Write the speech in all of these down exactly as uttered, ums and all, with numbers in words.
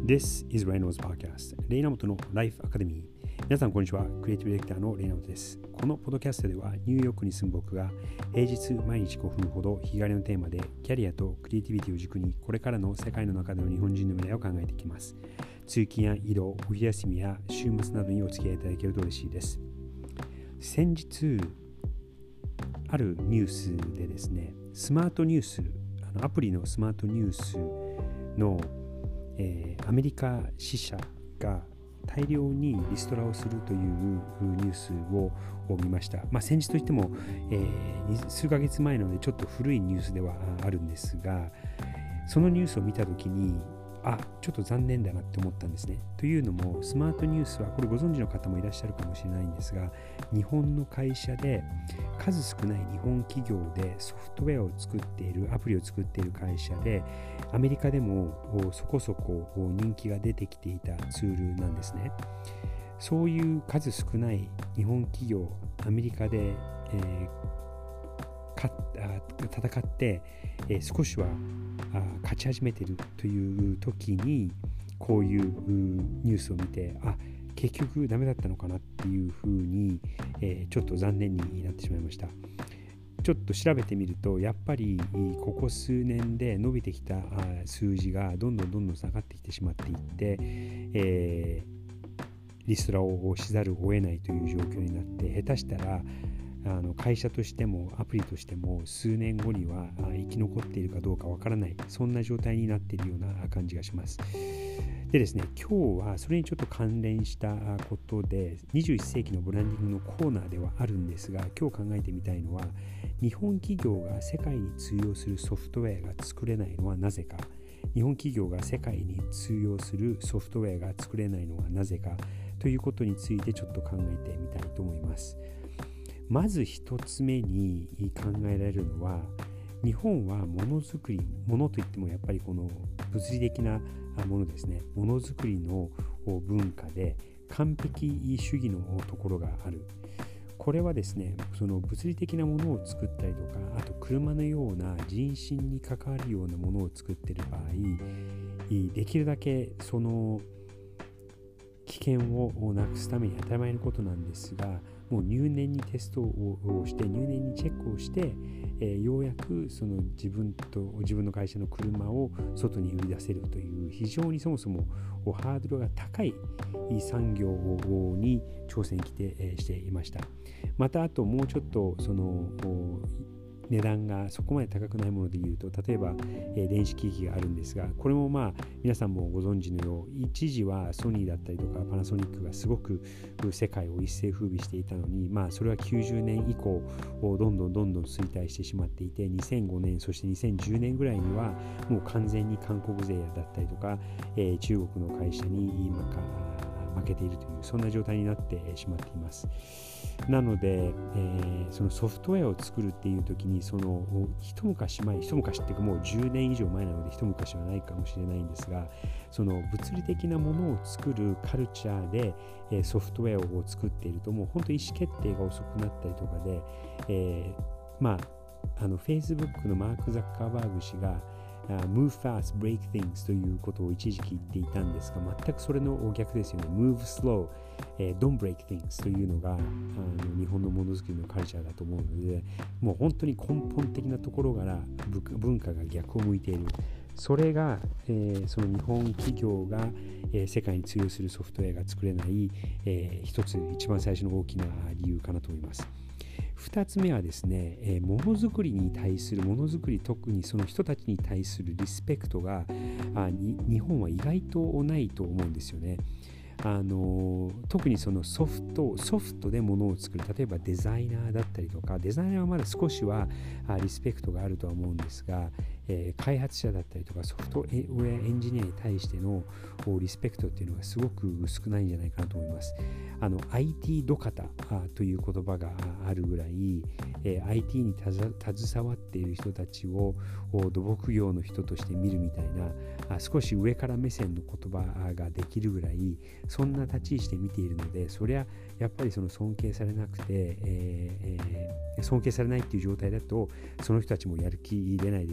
This is Reynolds Podcast レイナモトのライフアカデミー。皆さんこんにちは。クリエイティブディレクターのレイナモトです。このポッドキャストではニューヨークに住む僕が平日毎日ごふんほど日帰りのテーマでキャリアとクリエイティビティを軸にこれからの世界の中での日本人の未来を考えていきます。通勤や移動、お昼休みや週末などにお付き合いいただけると嬉しいです。先日あるニュースでですね、スマートニュース、あのアプリのスマートニュースのえー、アメリカ支社が大量にリストラをするというニュースを見ました。まあ、先日といっても、えー、数ヶ月前なのでちょっと古いニュースではあるんですが、そのニュースを見たときにあ、ちょっと残念だなって思ったんですね。というのもスマートニュースはこれご存知の方もいらっしゃるかもしれないんですが、日本の会社で数少ない日本企業でソフトウェアを作っているアプリを作っている会社でアメリカでもそこそこ人気が出てきていたツールなんですね。そういう数少ない日本企業アメリカで、えー、か戦って、えー、少しは勝ち始めているという時にこういうニュースを見てあ結局ダメだったのかなっていうふうに、えー、ちょっと残念になってしまいました。ちょっと調べてみるとやっぱりここ数年で伸びてきた数字がどんどんどんどん下がってきてしまっていって、えー、リストラをしざるを得ないという状況になって下手したらあの会社としてもアプリとしても数年後には生き残っているかどうかわからない、そんな状態になっているような感じがします。でですね、今日はそれにちょっと関連したことでにじゅういっ世紀のブランディングのコーナーではあるんですが、今日考えてみたいのは日本企業が世界に通用するソフトウェアが作れないのはなぜか、日本企業が世界に通用するソフトウェアが作れないのはなぜかということについてちょっと考えてみたいと思います。まず一つ目に考えられるのは、日本はものづくり、ものといってもやっぱりこの物理的なものですね、ものづくりの文化で完璧主義のところがある。これはですね、その物理的なものを作ったりとか、あと車のような人身に関わるようなものを作っている場合、できるだけその危険をなくすために当たり前のことなんですが、もう入念にテストをして入念にチェックをして、えー、ようやくその自分と自分の会社の車を外に売り出せるという非常にそもそもハードルが高い産業に挑戦して、えー、していました。またあともうちょっとその値段がそこまで高くないものでいうと、例えば、えー、電子機器があるんですが、これもまあ皆さんもご存知のよう、一時はソニーだったりとかパナソニックがすごく世界を一世風靡していたのに、まあそれはきゅうじゅうねん以降どんどんどんどん衰退してしまっていて、にせんごねんそしてにせんじゅうねんぐらいにはもう完全に韓国勢だったりとか、えー、中国の会社に今か負けているという、そんな状態になってしまっています。なので、えー、そのソフトウェアを作るっていう時に、その一昔前、一昔っていうかもうじゅうねん以上前なので一昔はないかもしれないんですが、その物理的なものを作るカルチャーで、えー、ソフトウェアを作っていると、もう本当意思決定が遅くなったりとかで、えー、まああの Facebook のマーク・ザッカーバーグ氏がMove fast, break things ということを一時期言っていたんですが、全くそれの逆ですよね。Move slow, don't break things というのがあの日本のものづくりのカルチャーだと思うので、もう本当に根本的なところから文化が逆を向いている。それが、えー、その日本企業が、えー、世界に通用するソフトウェアが作れない、えー、一つ一番最初の大きな理由かなと思います。二つ目はですね、えー、ものづくりに対するものづくり、特にその人たちに対するリスペクトがあに日本は意外とないと思うんですよね。あの特にそのソフトソフトでものを作る、例えばデザイナーだったりとか、デザイナーはまだ少しはあリスペクトがあるとは思うんですが、えー、開発者だったりとかソフトウェアエンジニアに対してのリスペクトっていうのがすごく少ないんじゃないかなと思います。あの アイティー 土方という言葉があるぐらい、えー、アイティー に携わっている人たちを土木業の人として見るみたいな、少し上から目線の言葉ができるぐらい、そんな立ち位置で見ているので、そりゃやっぱりその尊敬されなくて、えーえー、尊敬されないっていう状態だとその人たちもやる気出ないですし、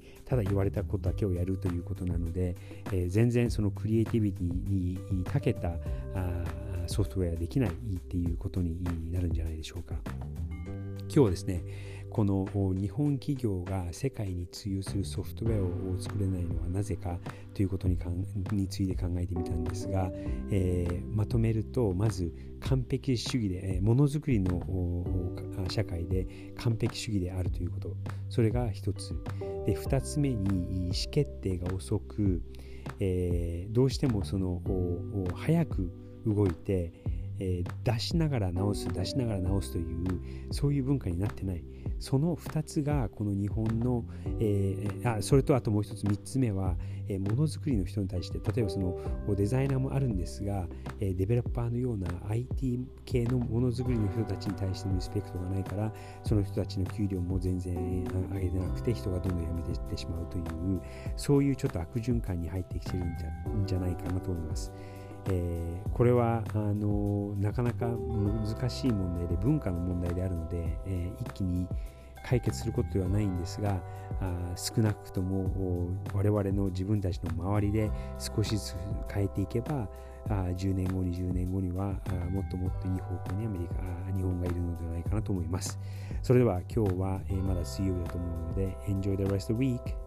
ただ言われたことだけをやるということなので、えー、全然そのクリエイティビティに長けたあソフトウェアできないっていうことになるんじゃないでしょうか。今日はですね、この日本企業が世界に通用するソフトウェアを作れないのはなぜかということにかんについて考えてみたんですが、えー、まとめると、まず完璧主義で、えー、ものづくりの社会で完璧主義であるということ、それが一つで、二つ目に意思決定が遅く、えー、どうしてもその早く動いて、えー、出しながら直す出しながら直すというそういう文化になってない。そのふたつがこの日本の、えー、あそれとあともう一つみっつめは、えー、ものづくりの人に対して、例えばそのデザイナーもあるんですが、えー、デベロッパーのような アイティー 系のものづくりの人たちに対してのリスペクトがないから、その人たちの給料も全然上げてなくて、人がどんどん辞めていってしまうという、そういうちょっと悪循環に入ってきてるんじゃ、んじゃないかなと思います。えー、これはあのなかなか難しい問題で、文化の問題であるので、えー、一気に解決することではないんですが、あ少なくとも我々の自分たちの周りで少しずつ変えていけば、あじゅうねんごにじゅうねんごにはあもっともっといい方向にアメリカ日本がいるのではないかなと思います。それでは今日は、えー、まだ水曜日だと思うので Enjoy the rest of the week!